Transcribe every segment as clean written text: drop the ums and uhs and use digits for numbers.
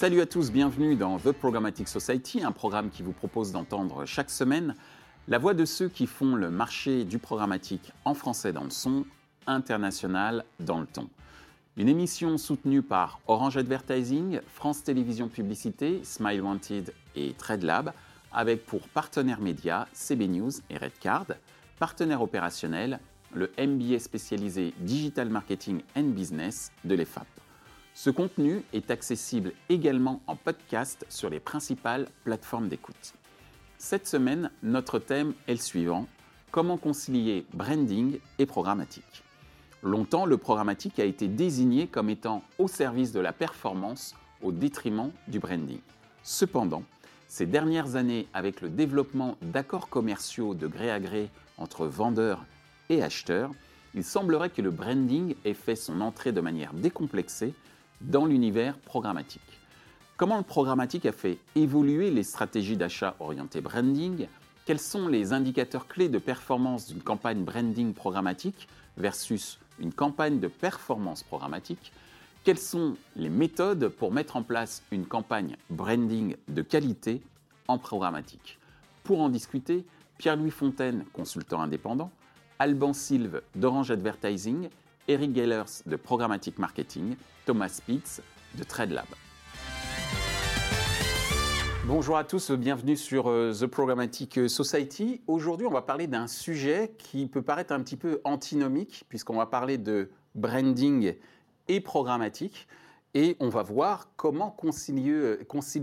Salut à tous, bienvenue dans The Programmatic Society, un programme qui vous propose d'entendre chaque semaine la voix de ceux qui font le marché du programmatique en français dans le son, international dans le ton. Une émission soutenue par Orange Advertising, France Télévisions Publicité, Smile Wanted et TradeLab, avec pour partenaires médias CB News et Redcard, partenaire opérationnel, le MBA spécialisé Digital Marketing and Business de l'EFAP. Ce contenu est accessible également en podcast sur les principales plateformes d'écoute. Cette semaine, notre thème est le suivant: comment concilier branding et programmatique. Longtemps, le programmatique a été désigné comme étant au service de la performance au détriment du branding. Cependant, ces dernières années, avec le développement d'accords commerciaux de gré à gré entre vendeurs et acheteurs, il semblerait que le branding ait fait son entrée de manière décomplexée dans l'univers programmatique. Comment le programmatique a fait évoluer les stratégies d'achat orientées branding? Quels sont les indicateurs clés de performance d'une campagne branding programmatique versus une campagne de performance programmatique? Quelles sont les méthodes pour mettre en place une campagne branding de qualité en programmatique? Pour en discuter, Pierre-Louis Fontaine, consultant indépendant, Alban Silve d'Orange Advertising, Eric Gellers de Programmatic Marketing, Thomas Spitz de TradeLab. Bonjour à tous, bienvenue sur The Programmatic Society. Aujourd'hui, on va parler d'un sujet qui peut paraître un petit peu antinomique, puisqu'on va parler de branding et programmatique. Et on va voir comment concilier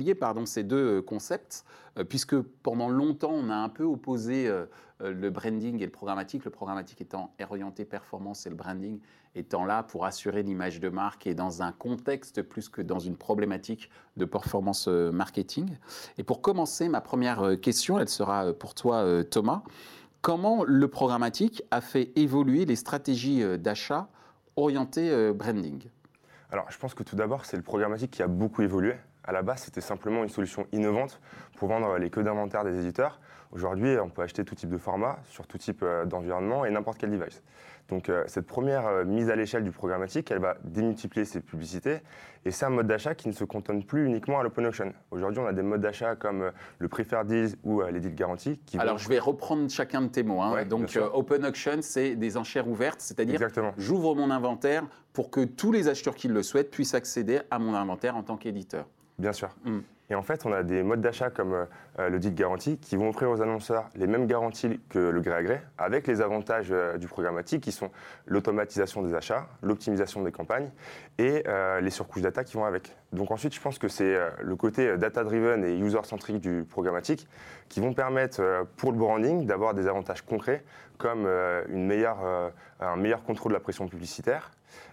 ces deux concepts, puisque pendant longtemps, on a un peu opposé le branding et le programmatique étant orienté performance et le branding étant là pour assurer l'image de marque et dans un contexte plus que dans une problématique de performance marketing. Et pour commencer, ma première question, elle sera pour toi, Thomas. Comment le programmatique a fait évoluer les stratégies d'achat orientées branding ? Alors, je pense que tout d'abord, c'est le programmatique qui a beaucoup évolué. À la base, c'était simplement une solution innovante pour vendre les queues d'inventaire des éditeurs. Aujourd'hui, on peut acheter tout type de format, sur tout type d'environnement et n'importe quel device. Donc, cette première mise à l'échelle du programmatique, elle va démultiplier ses publicités. Et c'est un mode d'achat qui ne se cantonne plus uniquement à l'open auction. Aujourd'hui, on a des modes d'achat comme le Preferred Deals ou les deals garantis. Alors, je vais reprendre chacun de tes mots. Ouais, donc, open auction, c'est des enchères ouvertes, c'est-à-dire Exactement. J'ouvre mon inventaire pour que tous les acheteurs qui le souhaitent puissent accéder à mon inventaire en tant qu'éditeur. Bien sûr. Et en fait, on a des modes d'achat comme le deal garanti qui vont offrir aux annonceurs les mêmes garanties que le gré à gré, avec les avantages du programmatique qui sont l'automatisation des achats, l'optimisation des campagnes et les surcouches data qui vont avec. Donc ensuite, je pense que c'est le côté data-driven et user-centric du programmatique qui vont permettre pour le branding d'avoir des avantages concrets comme un meilleur contrôle de la pression publicitaire,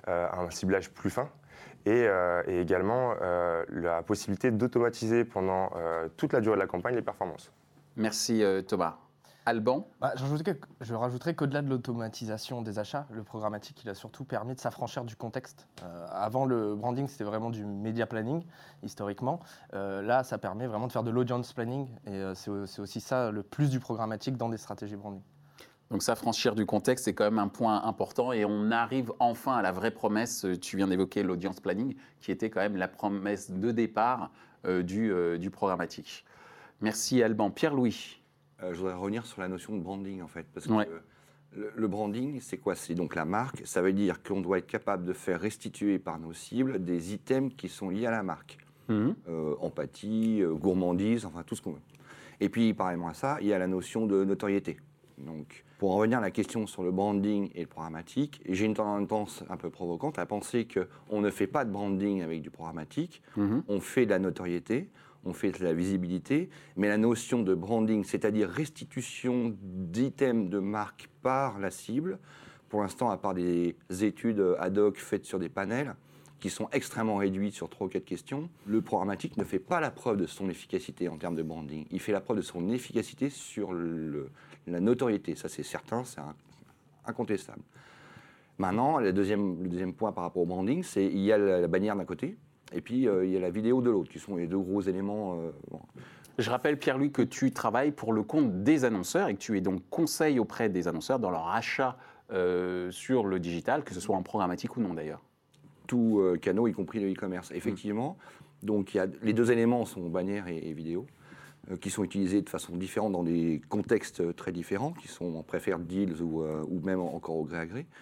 un ciblage plus fin, et également la possibilité d'automatiser pendant toute la durée de la campagne les performances. Merci Thomas. Alban ? Je rajouterais qu'au-delà de l'automatisation des achats, le programmatique il a surtout permis de s'affranchir du contexte. Avant, le branding, c'était vraiment du media planning, historiquement. Là, ça permet vraiment de faire de l'audience planning. Et c'est aussi ça, le plus du programmatique dans des stratégies branding. Donc s'affranchir du contexte, c'est quand même un point important et on arrive enfin à la vraie promesse. Tu viens d'évoquer l'audience planning, qui était quand même la promesse de départ du programmatique. Merci Alban. Pierre-Louis. Je voudrais revenir sur la notion de branding en fait, parce que le branding, c'est quoi? C'est donc la marque. Ça veut dire qu'on doit être capable de faire restituer par nos cibles des items qui sont liés à la marque. Empathie, gourmandise, enfin tout ce qu'on veut. Et puis, parallèlement à ça, il y a la notion de notoriété. Donc, pour en revenir à la question sur le branding et le programmatique, j'ai une tendance un peu provocante à penser qu'on ne fait pas de branding avec du programmatique, on fait de la notoriété, on fait de la visibilité, mais la notion de branding, c'est-à-dire restitution d'items de marque par la cible, pour l'instant, à part des études ad hoc faites sur des panels, qui sont extrêmement réduites sur 3 ou 4 questions, le programmatique ne fait pas la preuve de son efficacité en termes de branding. Il fait la preuve de son efficacité sur la notoriété. Ça, c'est certain, c'est incontestable. Maintenant, le deuxième point par rapport au branding, c'est qu'il y a la bannière d'un côté, et puis il y a la vidéo de l'autre, qui sont les deux gros éléments. Je rappelle, Pierre-Louis, que tu travailles pour le compte des annonceurs et que tu es donc conseil auprès des annonceurs dans leur achat sur le digital, que ce soit en programmatique ou non d'ailleurs. Tout canaux, y compris le e-commerce. Effectivement, Donc les deux éléments sont bannière et vidéo, qui sont utilisés de façon différente dans des contextes très différents, qui sont en preferred deals ou même encore au gré à gré.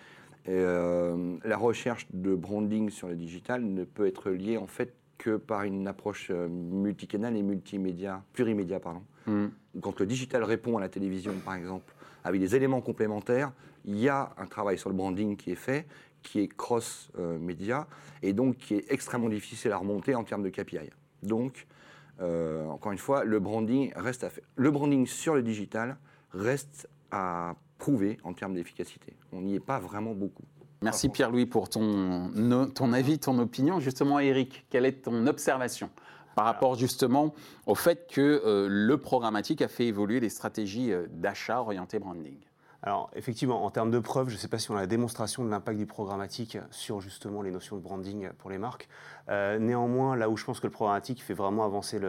La recherche de branding sur le digital ne peut être liée en fait que par une approche multicanale et plurimédia. Quand le digital répond à la télévision, par exemple, avec des éléments complémentaires, il y a un travail sur le branding qui est fait, qui est cross-média, et donc qui est extrêmement difficile à remonter en termes de KPI. Donc, encore une fois, le branding reste à faire. Le branding sur le digital reste à prouver en termes d'efficacité. On n'y est pas vraiment beaucoup. Merci Pierre-Louis pour ton avis, ton opinion. Justement, Eric, quelle est ton observation par rapport justement au fait que le programmatique a fait évoluer les stratégies d'achat orientées branding? Alors effectivement, en termes de preuves, je ne sais pas si on a la démonstration de l'impact du programmatique sur justement les notions de branding pour les marques. Néanmoins, là où je pense que le programmatique fait vraiment avancer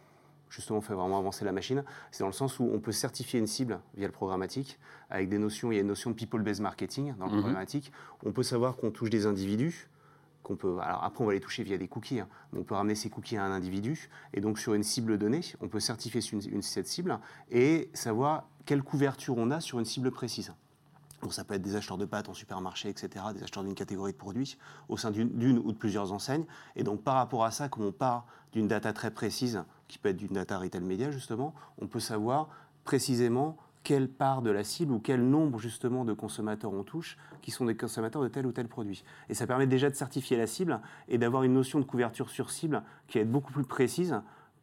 la machine, c'est dans le sens où on peut certifier une cible via le programmatique avec des notions, il y a une notion de people-based marketing dans le programmatique. On peut savoir qu'on touche des individus, alors après on va les toucher via des cookies, mais on peut ramener ces cookies à un individu, et donc sur une cible donnée, on peut certifier cette cible et savoir quelle couverture on a sur une cible précise. Bon, ça peut être des acheteurs de pâtes en supermarché, etc., des acheteurs d'une catégorie de produits au sein d'une ou de plusieurs enseignes. Et donc, par rapport à ça, comme on part d'une data très précise, qui peut être d'une data retail média, justement, on peut savoir précisément quelle part de la cible ou quel nombre, justement, de consommateurs on touche qui sont des consommateurs de tel ou tel produit. Et ça permet déjà de certifier la cible et d'avoir une notion de couverture sur cible qui va être beaucoup plus précise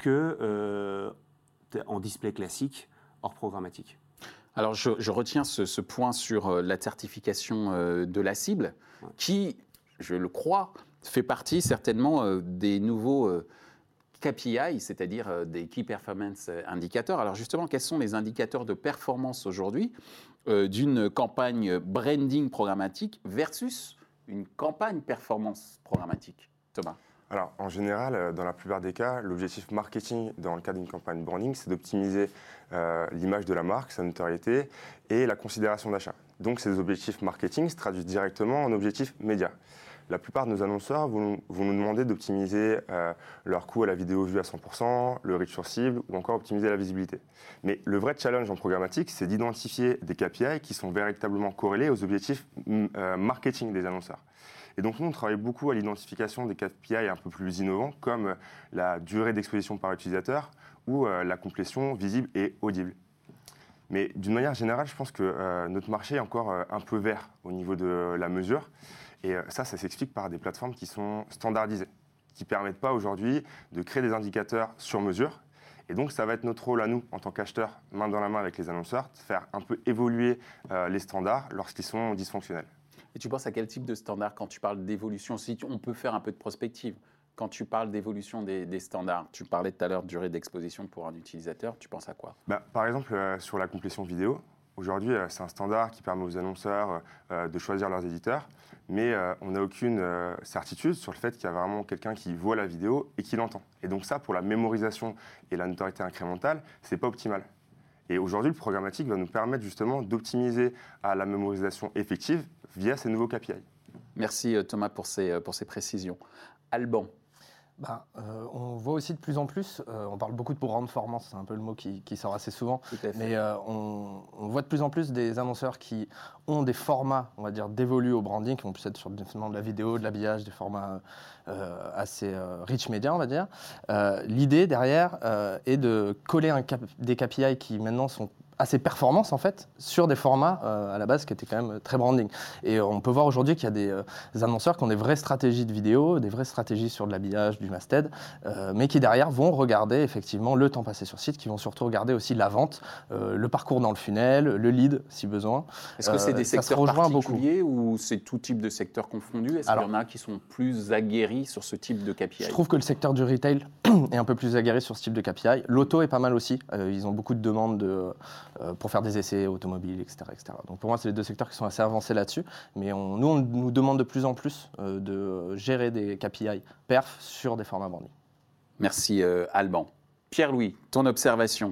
que en display classique, hors programmatique. Alors, je retiens ce point sur la certification de la cible, qui, je le crois, fait partie certainement des nouveaux KPI, c'est-à-dire des Key Performance Indicators. Alors justement, quels sont les indicateurs de performance aujourd'hui d'une campagne branding programmatique versus une campagne performance programmatique? Thomas? Alors, en général, dans la plupart des cas, l'objectif marketing dans le cadre d'une campagne branding, c'est d'optimiser l'image de la marque, sa notoriété et la considération d'achat. Donc, ces objectifs marketing se traduisent directement en objectifs médias. La plupart de nos annonceurs vont nous demander d'optimiser leur coût à la vidéo vue à 100%, le reach sur cible ou encore optimiser la visibilité. Mais le vrai challenge en programmatique, c'est d'identifier des KPI qui sont véritablement corrélés aux objectifs marketing des annonceurs. Et donc nous, on travaille beaucoup à l'identification des KPI un peu plus innovants, comme la durée d'exposition par utilisateur ou la complétion visible et audible. Mais d'une manière générale, je pense que notre marché est encore un peu vert au niveau de la mesure. Et ça s'explique par des plateformes qui sont standardisées, qui ne permettent pas aujourd'hui de créer des indicateurs sur mesure. Et donc, ça va être notre rôle à nous, en tant qu'acheteurs, main dans la main avec les annonceurs, de faire un peu évoluer les standards lorsqu'ils sont dysfonctionnels. Et tu penses à quel type de standard quand tu parles d'évolution? Si on peut faire un peu de prospective. Quand tu parles d'évolution des standards, tu parlais tout à l'heure de durée d'exposition pour un utilisateur, tu penses à quoi? Par exemple, sur la complétion vidéo, aujourd'hui, c'est un standard qui permet aux annonceurs de choisir leurs éditeurs, mais on n'a aucune certitude sur le fait qu'il y a vraiment quelqu'un qui voit la vidéo et qui l'entend. Et donc ça, pour la mémorisation et la notoriété incrémentale, c'est pas optimal. Et aujourd'hui, le programmatique va nous permettre justement d'optimiser à la mémorisation effective via ces nouveaux KPI. Merci Thomas pour ces précisions. Alban? On voit aussi de plus en plus, on parle beaucoup de brandformance, c'est un peu le mot qui sort assez souvent, mais on voit de plus en plus des annonceurs qui ont des formats, on va dire, dévolus au branding, qui vont plus être sur de la vidéo, de l'habillage, des formats assez rich media, on va dire. L'idée derrière est de coller des KPI qui maintenant sont assez performance en fait sur des formats à la base qui étaient quand même très branding. Et on peut voir aujourd'hui qu'il y a des annonceurs qui ont des vraies stratégies de vidéo, des vraies stratégies sur de l'habillage, du masthead, mais qui derrière vont regarder effectivement le temps passé sur site, qui vont surtout regarder aussi la vente, le parcours dans le funnel, le lead si besoin. Est-ce que c'est des secteurs particuliers ou c'est tout type de secteur confondu? Est-ce qu'il y en a qui sont plus aguerris sur ce type de KPI? Je trouve que le secteur du retail est un peu plus aguerri sur ce type de KPI. L'auto est pas mal aussi. Ils ont beaucoup de demandes pour faire des essais automobiles, etc., etc. Donc pour moi, c'est les deux secteurs qui sont assez avancés là-dessus. Mais on nous demande de plus en plus de gérer des KPI perf sur des formats branding. Merci Alban. Pierre-Louis, ton observation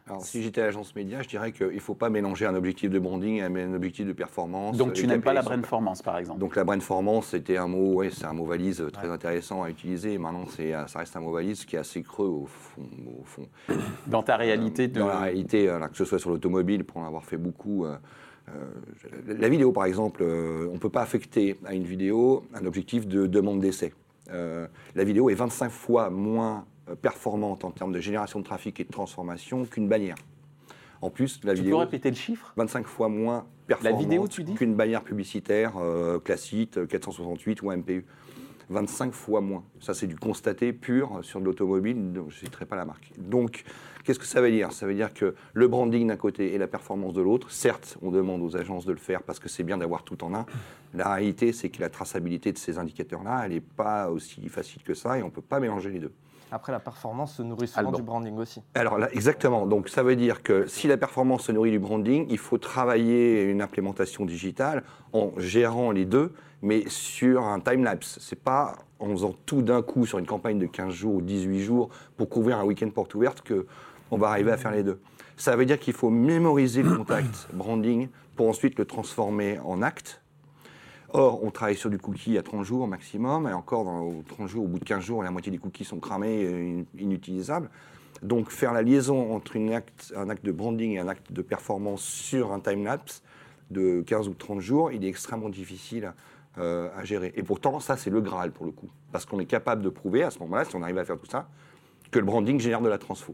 Alors, si j'étais à l'agence média, je dirais qu'il ne faut pas mélanger un objectif de branding et un objectif de performance. Donc, tu n'aimes pas la brandformance, par exemple? Donc, la brandformance, c'était un mot, c'est un mot valise très intéressant à utiliser. Maintenant, ça reste un mot valise qui est assez creux au fond. Dans ta réalité Dans la réalité, que ce soit sur l'automobile, pour en avoir fait beaucoup. La vidéo, par exemple, on ne peut pas affecter à une vidéo un objectif de demande d'essai. La vidéo est 25 fois moins performante en termes de génération de trafic et de transformation qu'une bannière. En plus, la vidéo... Tu peux répéter le chiffre? 25 fois moins performante qu'une bannière publicitaire classique, 468 ou MPU. 25 fois moins. Ça, c'est du constaté pur sur de l'automobile, donc je ne citerai pas la marque. Donc, qu'est-ce que ça veut dire? Ça veut dire que le branding d'un côté et la performance de l'autre, certes, on demande aux agences de le faire parce que c'est bien d'avoir tout en un. La réalité, c'est que la traçabilité de ces indicateurs-là, elle n'est pas aussi facile que ça et on ne peut pas mélanger les deux. Après, la performance se nourrit souvent du branding aussi. Alors là, exactement. Donc ça veut dire que si la performance se nourrit du branding, il faut travailler une implémentation digitale en gérant les deux, mais sur un time-lapse. C'est pas en faisant tout d'un coup sur une campagne de 15 jours ou 18 jours pour couvrir un week-end porte ouverte qu'on va arriver à faire les deux. Ça veut dire qu'il faut mémoriser le contact branding pour ensuite le transformer en acte. Or, on travaille sur du cookie à 30 jours maximum, et encore, dans 30 jours, au bout de 15 jours, la moitié des cookies sont cramés et inutilisables. Donc, faire la liaison entre un acte de branding et un acte de performance sur un time-lapse de 15 ou 30 jours, il est extrêmement difficile à gérer. Et pourtant, ça, c'est le Graal pour le coup. Parce qu'on est capable de prouver, à ce moment-là, si on arrive à faire tout ça, que le branding génère de la transfo.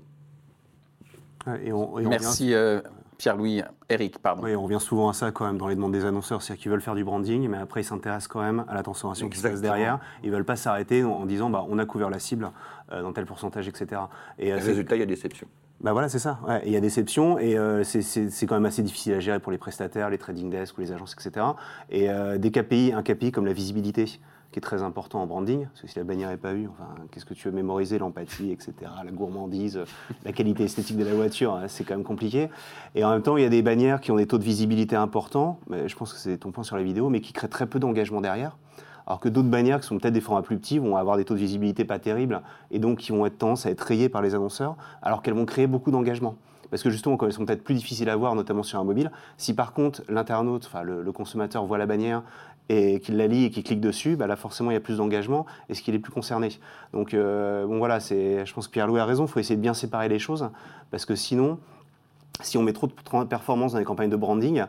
Merci Pierre-Louis. Eric, pardon. Oui, on revient souvent à ça quand même dans les demandes des annonceurs, c'est-à-dire qu'ils veulent faire du branding, mais après ils s'intéressent quand même à la transformation qui se passe derrière. Ils ne veulent pas s'arrêter en disant on a couvert la cible dans tel pourcentage, etc. Et résultat, il y a déception. Voilà, c'est ça. Il y a déception et c'est quand même assez difficile à gérer pour les prestataires, les trading desks ou les agences, etc. Et des KPI, un KPI comme la visibilité, qui est très important en branding, parce que si la bannière n'est pas vue, qu'est-ce que tu veux mémoriser, l'empathie, etc., la gourmandise, la qualité esthétique de la voiture, c'est quand même compliqué. Et en même temps, il y a des bannières qui ont des taux de visibilité importants, mais je pense que c'est ton point sur la vidéo, mais qui créent très peu d'engagement derrière. Alors que d'autres bannières qui sont peut-être des formats plus petits vont avoir des taux de visibilité pas terribles et donc qui vont être tendance à être rayées par les annonceurs, alors qu'elles vont créer beaucoup d'engagement. Parce que justement, quand elles sont peut-être plus difficiles à voir, notamment sur un mobile, si par contre l'internaute, le consommateur voit la bannière et qu'il la lit et qu'il clique dessus, là forcément il y a plus d'engagement et ce qu'il est plus concerné. Donc voilà, je pense que Pierre-Louis a raison, il faut essayer de bien séparer les choses, parce que sinon, si on met trop de performance dans les campagnes de branding,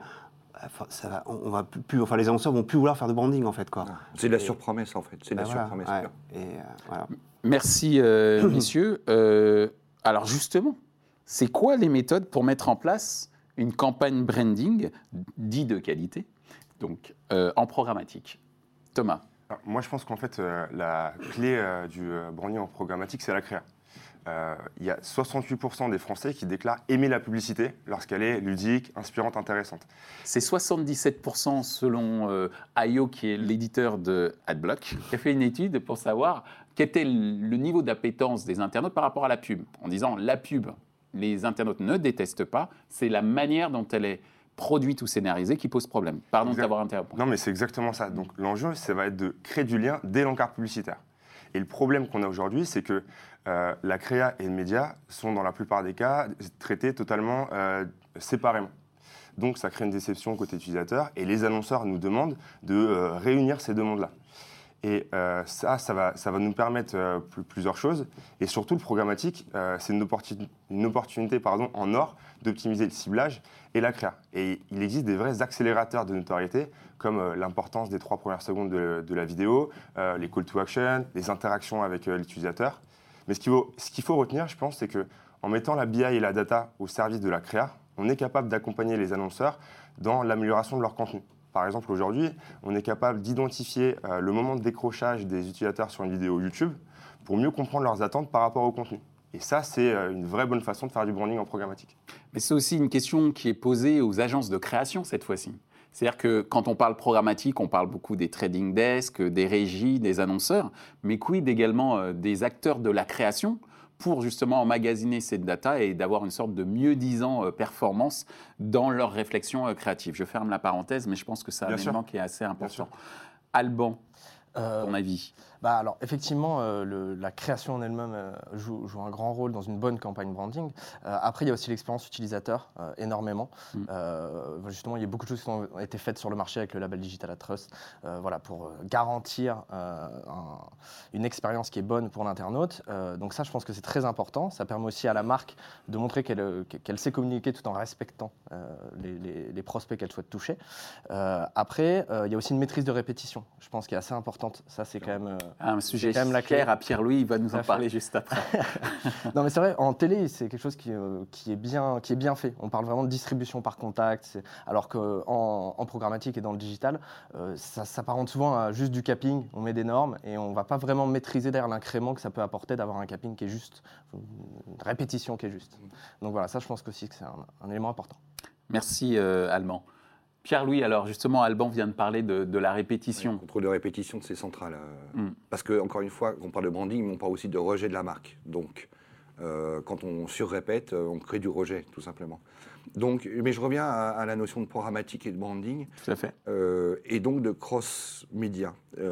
les annonceurs vont plus vouloir faire de branding en fait, quoi. C'est de la surpromesse en fait, c'est de la surpromesse. Voilà. Merci messieurs. Alors justement, c'est quoi les méthodes pour mettre en place une campagne branding dit de qualité, donc en programmatique? Thomas. Alors, moi je pense qu'en fait la clé du branding en programmatique, c'est la créa. Il y a 68% des Français qui déclarent aimer la publicité lorsqu'elle est ludique, inspirante, intéressante. C'est 77% selon IO, qui est l'éditeur de AdBlock, qui a fait une étude pour savoir quel était le niveau d'appétence des internautes par rapport à la pub. En disant la pub, les internautes ne détestent pas, c'est la manière dont elle est produite ou scénarisée qui pose problème. Pardon de t'avoir interrompu. Non mais c'est exactement ça. Donc l'enjeu, ça va être de créer du lien dès l'encart publicitaire. Et le problème qu'on a aujourd'hui, c'est que la créa et le média sont dans la plupart des cas traités totalement séparément. Donc ça crée une déception côté utilisateur et les annonceurs nous demandent de réunir ces deux mondes-là. Et ça va nous permettre plusieurs choses. Et surtout, le programmatique, c'est une opportunité en or d'optimiser le ciblage et la créa. Et il existe des vrais accélérateurs de notoriété, comme l'importance des 3 premières secondes de la vidéo, les call to action, les interactions avec l'utilisateur. Mais ce qu'il faut retenir, je pense, c'est qu'en mettant la BI et la data au service de la créa, on est capable d'accompagner les annonceurs dans l'amélioration de leur contenu. Par exemple, aujourd'hui, on est capable d'identifier le moment de décrochage des utilisateurs sur une vidéo YouTube pour mieux comprendre leurs attentes par rapport au contenu. Et ça, c'est une vraie bonne façon de faire du branding en programmatique. Mais c'est aussi une question qui est posée aux agences de création cette fois-ci. C'est-à-dire que quand on parle programmatique, on parle beaucoup des trading desks, des régies, des annonceurs, mais quid également des acteurs de la création pour justement emmagasiner cette data et d'avoir une sorte de mieux-disant performance dans leur réflexion créative. Je ferme la parenthèse, mais je pense que c'est un élément qui est assez important. Alban, ton avis? Alors, effectivement, la création en elle-même joue un grand rôle dans une bonne campagne branding. Après, il y a aussi l'expérience utilisateur, énormément. Justement, il y a beaucoup de choses qui ont été faites sur le marché avec le label Digital at Trust, pour garantir une expérience qui est bonne pour l'internaute. Donc ça, je pense que c'est très important. Ça permet aussi à la marque de montrer qu'elle sait communiquer tout en respectant les prospects qu'elle souhaite toucher. Après, il y a aussi une maîtrise de répétition, je pense, qui est assez importante. Ça, c'est quand même... un sujet cher à Pierre-Louis, il va nous en parler juste après. Non, mais c'est vrai, en télé, c'est quelque chose qui est bien fait. On parle vraiment de distribution par contact, alors qu'en programmatique et dans le digital, ça s'apparente souvent à juste du capping. On met des normes et on ne va pas vraiment maîtriser derrière l'incrément que ça peut apporter d'avoir un capping qui est juste, une répétition qui est juste. Donc voilà, ça, je pense aussi que c'est un élément important. Merci, Alban. Pierre-Louis, alors justement, Alban vient de parler de la répétition. Le contrôle de répétition, c'est central. Parce que, encore une fois, quand on parle de branding, on parle aussi de rejet de la marque. Donc, quand on surrépète, on crée du rejet, tout simplement. Donc, mais je reviens à la notion de programmatique et de branding. Tout à fait. Et donc de cross-média.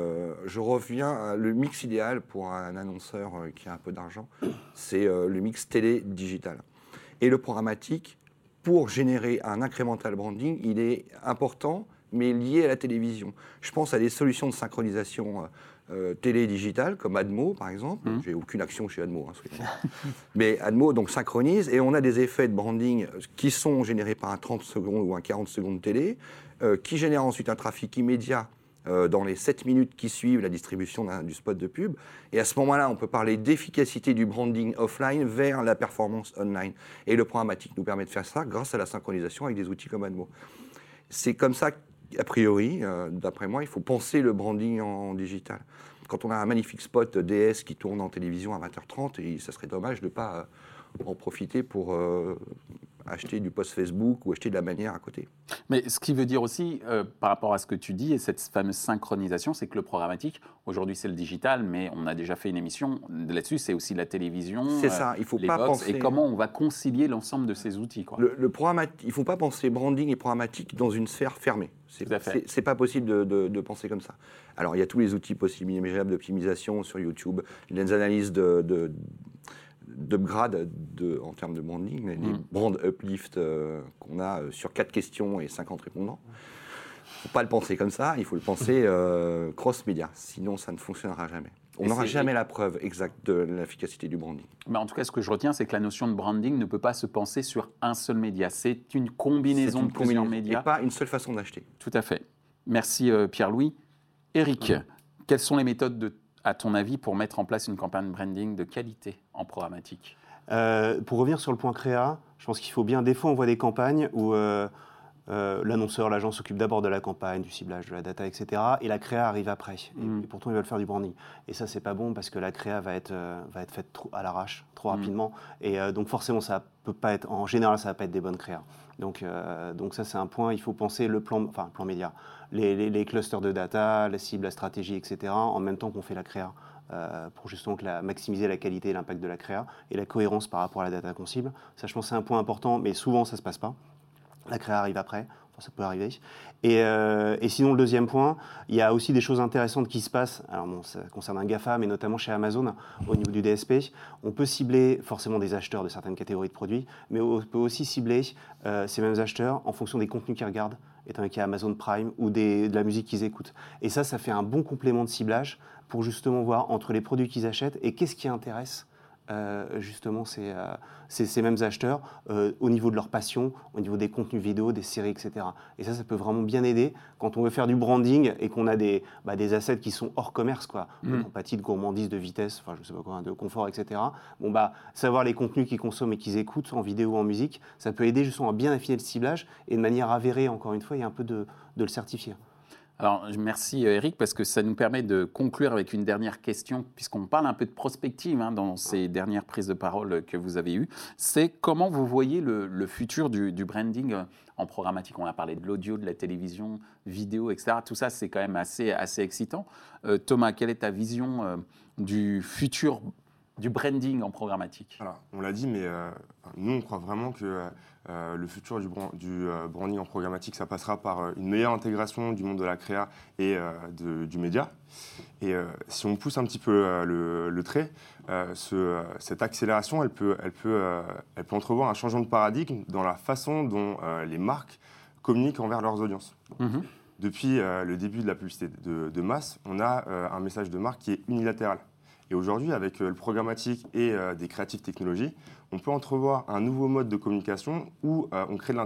Je reviens le mix idéal pour un annonceur qui a un peu d'argent, c'est le mix télé-digital. Et le programmatique, pour générer un incremental branding, il est important, mais lié à la télévision. Je pense à des solutions de synchronisation télé-digitale, comme Admo, par exemple. J'ai aucune action chez Admo. Mais Admo donc, synchronise, et on a des effets de branding qui sont générés par un 30 secondes ou un 40 secondes télé, qui génèrent ensuite un trafic immédiat dans les 7 minutes qui suivent la distribution du spot de pub. Et à ce moment-là, on peut parler d'efficacité du branding offline vers la performance online. Et le programmatique nous permet de faire ça grâce à la synchronisation avec des outils comme Admo. C'est comme ça qu'a priori, d'après moi, il faut penser le branding en digital. Quand on a un magnifique spot DS qui tourne en télévision à 20h30, ça serait dommage de ne pas en profiter pour acheter du post Facebook ou acheter de la manière à côté. Mais ce qui veut dire aussi, par rapport à ce que tu dis, et cette fameuse synchronisation, c'est que le programmatique, aujourd'hui c'est le digital, mais on a déjà fait une émission là-dessus, c'est aussi la télévision, c'est ça, il faut les pas box, penser... et comment on va concilier l'ensemble de ces outils, quoi. Il ne faut pas penser branding et programmatique dans une sphère fermée. C'est pas possible de penser comme ça. Alors il y a tous les outils possibles, imaginables d'optimisation sur YouTube, les analyses d'upgrade en termes de branding, les brand uplift qu'on a sur 4 questions et 50 répondants. Il ne faut pas le penser comme ça, il faut le penser cross-média, sinon ça ne fonctionnera jamais. On n'aura jamais la preuve exacte de l'efficacité du branding. Mais en tout cas, ce que je retiens, c'est que la notion de branding ne peut pas se penser sur un seul média. C'est une combinaison de plusieurs médias. Et pas une seule façon d'acheter. Tout à fait. Merci Pierre-Louis. Eric, quelles sont les méthodes, à ton avis, pour mettre en place une campagne branding de qualité en programmatique ? Pour revenir sur le point créa, je pense qu'il faut bien, des fois on voit des campagnes où l'annonceur, l'agence s'occupe d'abord de la campagne, du ciblage, de la data, etc. Et la créa arrive après. Et pourtant, ils veulent faire du branding. Et ça, c'est pas bon parce que la créa va être faite à l'arrache, trop rapidement. Et donc, forcément, ça peut pas être, en général, ça va pas être des bonnes créas. Donc ça, c'est un point. Il faut penser le plan média, les clusters de data, la cible, la stratégie, etc. En même temps qu'on fait la créa. Pour justement maximiser la qualité et l'impact de la créa et la cohérence par rapport à la data qu'on cible. Ça, je pense, c'est un point important, mais souvent, ça ne se passe pas. La créa arrive après, ça peut arriver. Et sinon, le deuxième point, il y a aussi des choses intéressantes qui se passent. Alors bon, ça concerne un GAFA, mais notamment chez Amazon, au niveau du DSP. On peut cibler forcément des acheteurs de certaines catégories de produits, mais on peut aussi cibler ces mêmes acheteurs en fonction des contenus qu'ils regardent, étant donné qu'il y a Amazon Prime ou de la musique qu'ils écoutent. Et ça fait un bon complément de ciblage pour justement voir entre les produits qu'ils achètent et qu'est-ce qui intéresse justement ces mêmes acheteurs au niveau de leur passion, au niveau des contenus vidéo, des séries, etc. Et ça peut vraiment bien aider quand on veut faire du branding et qu'on a des assets qui sont hors commerce, quoi, d'empathie, de gourmandise, de vitesse, enfin je sais pas quoi, de confort, etc. Bon savoir les contenus qu'ils consomment et qu'ils écoutent en vidéo ou en musique, ça peut aider justement à bien affiner le ciblage et de manière avérée, encore une fois, il y a un peu de le certifier. Alors, merci Eric, parce que ça nous permet de conclure avec une dernière question, puisqu'on parle un peu de prospective dans ces dernières prises de parole que vous avez eues. C'est comment vous voyez le futur du branding en programmatique. On a parlé de l'audio, de la télévision, vidéo, etc. Tout ça, c'est quand même assez excitant. Thomas, quelle est ta vision du futur du branding en programmatique? Alors, on l'a dit, mais nous, on croit vraiment que le futur du branding en programmatique, ça passera par une meilleure intégration du monde de la créa et du média. Et si on pousse un petit peu le trait, cette accélération, elle peut entrevoir un changement de paradigme dans la façon dont les marques communiquent envers leurs audiences. Depuis le début de la publicité de masse, on a un message de marque qui est unilatéral. Et aujourd'hui, avec le programmatique et des créatives technologies, on peut entrevoir un nouveau mode de communication où on crée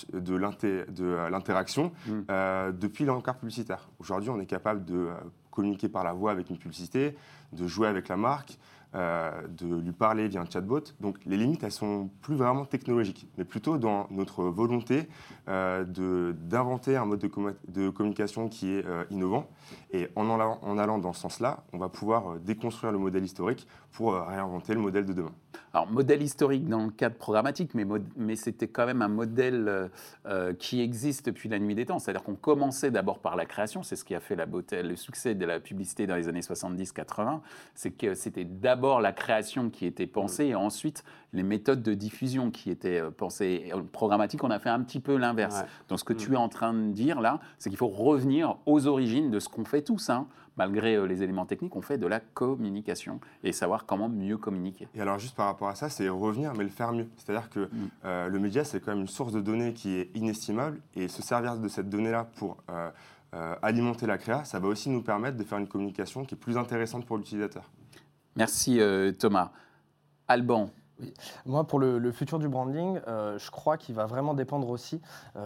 de l'interaction depuis l'encart publicitaire. Aujourd'hui, on est capable de communiquer par la voix avec une publicité, de jouer avec la marque, de lui parler via un chatbot. Donc les limites, elles sont plus vraiment technologiques, mais plutôt dans notre volonté d'inventer un mode de communication qui est innovant. Et en allant dans ce sens-là, on va pouvoir déconstruire le modèle historique pour réinventer le modèle de demain. Alors, modèle historique dans le cadre programmatique, mais c'était quand même un modèle qui existe depuis la nuit des temps. C'est-à-dire qu'on commençait d'abord par la création, c'est ce qui a fait la beauté, le succès de la publicité dans les années 70-80, c'est que c'était d'abord la création qui était pensée et ensuite les méthodes de diffusion qui étaient pensées. Et en programmatique, on a fait un petit peu l'inverse. Ouais. Donc, ce que tu es en train de dire là, c'est qu'il faut revenir aux origines de ce qu'on fait tous, hein. Malgré les éléments techniques, on fait de la communication et savoir comment mieux communiquer. Et alors, juste par rapport à ça, c'est revenir, mais le faire mieux. C'est-à-dire que le média, c'est quand même une source de données qui est inestimable et se servir de cette donnée-là pour alimenter la créa, ça va aussi nous permettre de faire une communication qui est plus intéressante pour l'utilisateur. Merci Thomas. Alban. Oui. Moi, pour le futur du branding, je crois qu'il va vraiment dépendre aussi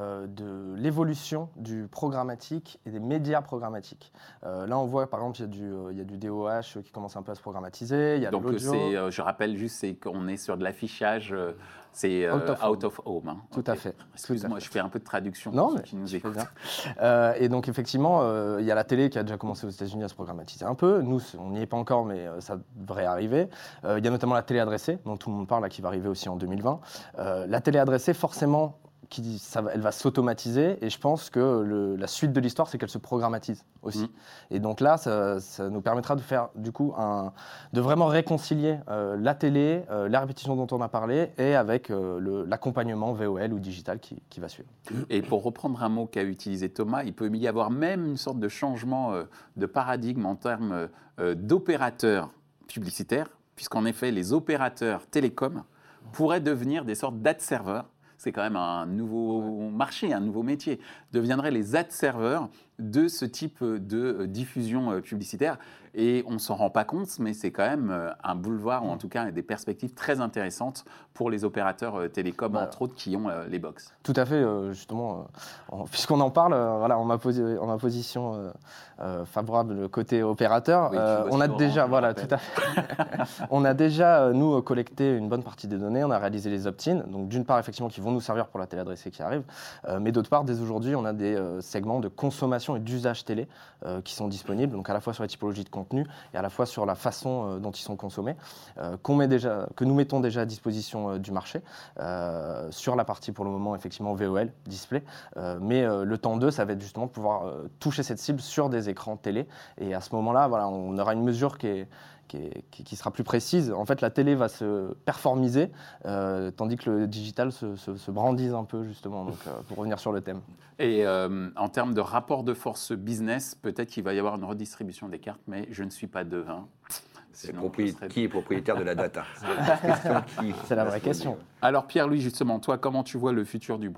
de l'évolution du programmatique et des médias programmatiques. Là, on voit, par exemple, il y a du DOH qui commence un peu à se programmatiser, il y a donc, de l'audio. Je rappelle juste, c'est qu'on est sur de l'affichage, c'est out of home. Hein. Tout à fait. Excuse-moi, je fais un peu de traduction pour ceux qui nous écoutent. Et donc, effectivement, il y a la télé qui a déjà commencé aux États-Unis à se programmatiser un peu. Nous, on n'y est pas encore, mais ça devrait arriver. Il y a notamment la télé adressée, dont tout le monde parle, là, qui va arriver aussi en 2020. La télé adressée, forcément, elle va s'automatiser et je pense que la suite de l'histoire, c'est qu'elle se programmatise aussi. Et donc là, ça nous permettra de faire du coup de vraiment réconcilier la télé, la répétition dont on a parlé et avec l'accompagnement VOL ou digital qui va suivre. Et pour reprendre un mot qu'a utilisé Thomas, il peut y avoir même une sorte de changement de paradigme en termes d'opérateurs publicitaires, puisqu'en effet, les opérateurs télécoms pourraient devenir des sortes d'ad-serveurs. C'est quand même un nouveau marché, un nouveau métier, deviendraient les ad-serveurs de ce type de diffusion publicitaire. Et on ne s'en rend pas compte, mais c'est quand même un boulevard, ou en tout cas des perspectives très intéressantes pour les opérateurs télécoms, entre autres, qui ont les box. Tout à fait, justement, puisqu'on en parle, voilà, en ma position favorable côté opérateur, oui, on a déjà, voilà, tout à fait. On a déjà, nous, collecté une bonne partie des données, on a réalisé les opt-in, donc d'une part, effectivement, qui vont nous servir pour la télé adressée qui arrive, mais d'autre part, dès aujourd'hui, on a des segments de consommation et d'usage télé qui sont disponibles, donc à la fois sur la typologie de contenu et à la fois sur la façon dont ils sont consommés, que nous mettons déjà à disposition du marché, sur la partie pour le moment effectivement VOL, display, mais le temps 2, ça va être justement de pouvoir toucher cette cible sur des écrans télé, et à ce moment-là, voilà, on aura une mesure qui sera plus précise. En fait, la télé va se performiser, tandis que le digital se brandise un peu, justement, donc, pour revenir sur le thème. Et en termes de rapport de force business, peut-être qu'il va y avoir une redistribution des cartes, mais je ne suis pas devin. Qui est propriétaire de la data? C'est la vraie question. Alors Pierre-Louis, justement, toi, comment tu vois le futur du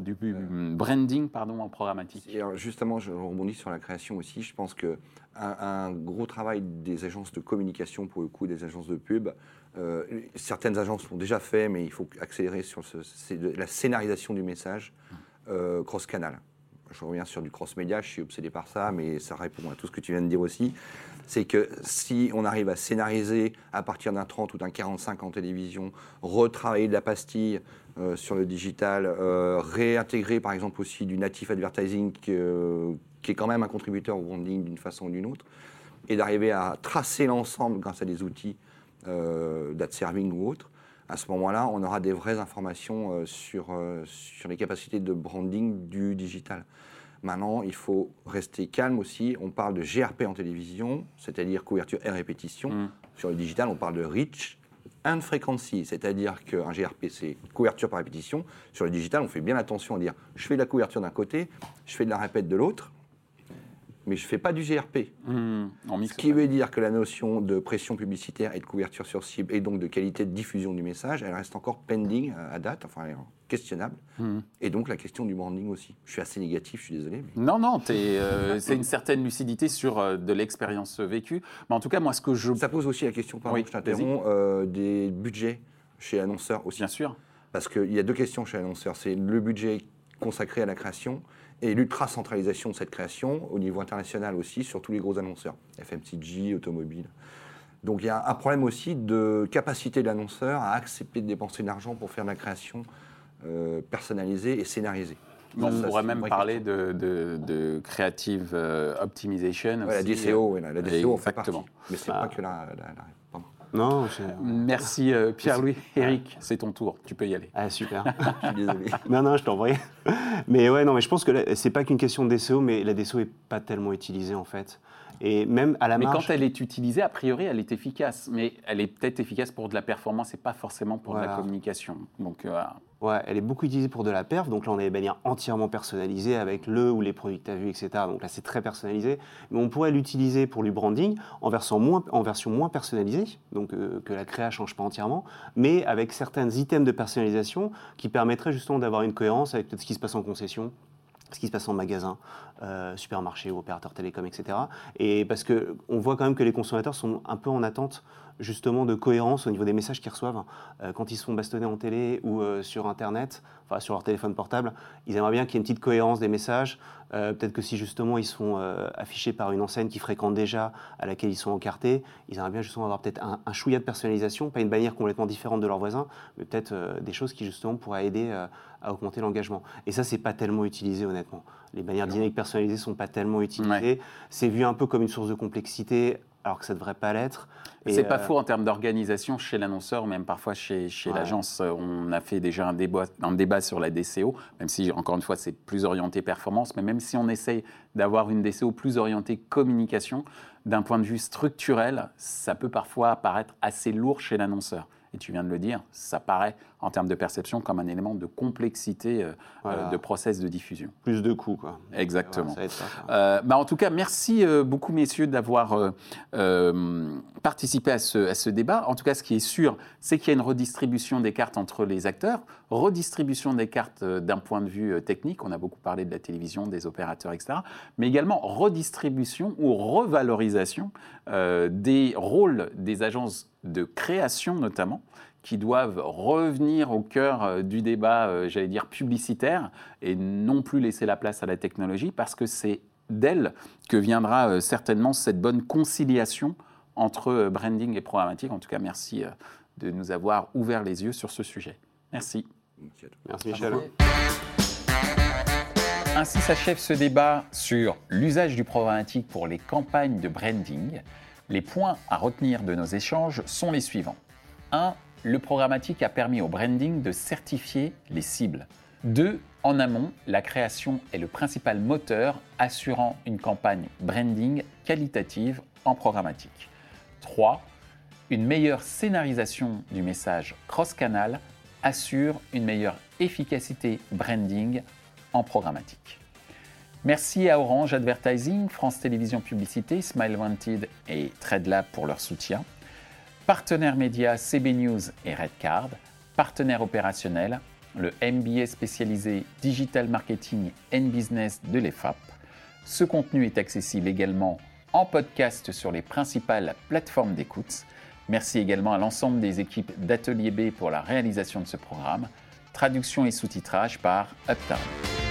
branding en programmatique? Alors, justement, je rebondis sur la création aussi. Je pense qu'un gros travail des agences de communication, pour le coup, des agences de pub, certaines agences l'ont déjà fait, mais il faut accélérer sur la scénarisation du message cross-canal. Je reviens sur du cross-média, je suis obsédé par ça, mais ça répond à tout ce que tu viens de dire aussi. C'est que si on arrive à scénariser à partir d'un 30 ou d'un 45 en télévision, retravailler de la pastille sur le digital, réintégrer par exemple aussi du native advertising qui est quand même un contributeur au branding d'une façon ou d'une autre, et d'arriver à tracer l'ensemble grâce à des outils d'ad-serving ou autres, à ce moment-là, on aura des vraies informations sur les capacités de branding du digital. Maintenant, il faut rester calme aussi. On parle de GRP en télévision, c'est-à-dire couverture et répétition. Sur le digital, on parle de reach and frequency, c'est-à-dire qu'un GRP, c'est couverture par répétition. Sur le digital, on fait bien attention à dire je fais de la couverture d'un côté, je fais de la répète de l'autre, mais je ne fais pas du GRP. Ce qui veut dire que la notion de pression publicitaire et de couverture sur cible et donc de qualité de diffusion du message, elle reste encore pending à date, enfin elle est questionnable. Et donc la question du branding aussi. Je suis assez négatif, je suis désolé. Mais... Non, c'est une certaine lucidité sur de l'expérience vécue. Mais en tout cas, moi, ce que je... Ça pose aussi la question, pardon, je t'interromps, des budgets chez l'annonceur aussi. Bien sûr. Parce qu'il y a deux questions chez l'annonceur. C'est le budget consacré à la création et l'ultra-centralisation de cette création au niveau international aussi, sur tous les gros annonceurs, FMCG, automobile. Donc il y a un problème aussi de capacité de l'annonceur à accepter de dépenser de l'argent pour faire de la création personnalisée et scénarisée. On pourrait même parler de creative optimization aussi. La DCO, la DCO en fait partie. Mais ce n'est pas que Non, merci Pierre-Louis. Eric, c'est ton tour, tu peux y aller. Ah, super. Je suis désolé. Non, je t'en prie. Mais ouais, non, mais je pense que c'est pas qu'une question de DCO, mais la DCO est pas tellement utilisée en fait. Et même à la marge... Mais quand elle est utilisée, a priori, elle est efficace. Mais elle est peut-être efficace pour de la performance et pas forcément pour de la communication. Donc, ouais, elle est beaucoup utilisée pour de la perf. Donc là, on a des bannières entièrement personnalisées avec le ou les produits que tu as vus, etc. Donc là, c'est très personnalisé. Mais on pourrait l'utiliser pour du branding en version moins personnalisée, donc que la créa ne change pas entièrement, mais avec certains items de personnalisation qui permettraient justement d'avoir une cohérence avec peut-être ce qui se passe en concession, ce qui se passe en magasin, supermarché ou opérateur télécom, etc. Et parce qu'on voit quand même que les consommateurs sont un peu en attente justement de cohérence au niveau des messages qu'ils reçoivent. Quand ils se font bastonner en télé ou sur Internet, enfin sur leur téléphone portable, ils aimeraient bien qu'il y ait une petite cohérence des messages. Peut-être que si justement ils sont affichés par une enseigne qu'ils fréquentent déjà, à laquelle ils sont encartés, ils aimeraient bien justement avoir peut-être un chouïa de personnalisation, pas une bannière complètement différente de leurs voisins, mais peut-être des choses qui justement pourraient aider à augmenter l'engagement. Et ça, c'est pas tellement utilisé honnêtement. Les bannières dynamiques personnalisées sont pas tellement utilisées. Ouais. C'est vu un peu comme une source de complexité, alors que ça ne devrait pas l'être. C'est pas faux en termes d'organisation chez l'annonceur, ou même parfois chez l'agence. On a fait déjà un débat sur la DCO, même si, encore une fois, c'est plus orienté performance, mais même si on essaye d'avoir une DCO plus orientée communication, d'un point de vue structurel, ça peut parfois paraître assez lourd chez l'annonceur. Et tu viens de le dire, ça paraît, en termes de perception, comme un élément de complexité de process de diffusion. Plus de coûts, quoi. Exactement. Ouais, ça va être ça. En tout cas, merci beaucoup, messieurs, d'avoir participé à ce débat. En tout cas, ce qui est sûr, c'est qu'il y a une redistribution des cartes entre les acteurs, redistribution des cartes d'un point de vue technique. On a beaucoup parlé de la télévision, des opérateurs, etc. Mais également redistribution ou revalorisation des rôles des agences de création notamment, qui doivent revenir au cœur du débat, j'allais dire, publicitaire, et non plus laisser la place à la technologie, parce que c'est d'elle que viendra certainement cette bonne conciliation entre branding et programmatique. En tout cas, merci de nous avoir ouvert les yeux sur ce sujet. Merci. Merci Michel. Ainsi s'achève ce débat sur l'usage du programmatique pour les campagnes de branding. Les points à retenir de nos échanges sont les suivants. 1. Le programmatique a permis au branding de certifier les cibles. 2. En amont, la création est le principal moteur assurant une campagne branding qualitative en programmatique. 3. Une meilleure scénarisation du message cross-canal assure une meilleure efficacité branding en programmatique. Merci à Orange Advertising, France Télévisions Publicité, Smile Wanted et TradeLab pour leur soutien. Partenaires médias CB News et Redcard. Partenaire opérationnel, le MBA spécialisé Digital Marketing and Business de l'EFAP. Ce contenu est accessible également en podcast sur les principales plateformes d'écoute. Merci également à l'ensemble des équipes d'Atelier B pour la réalisation de ce programme. Traduction et sous-titrage par Uptown.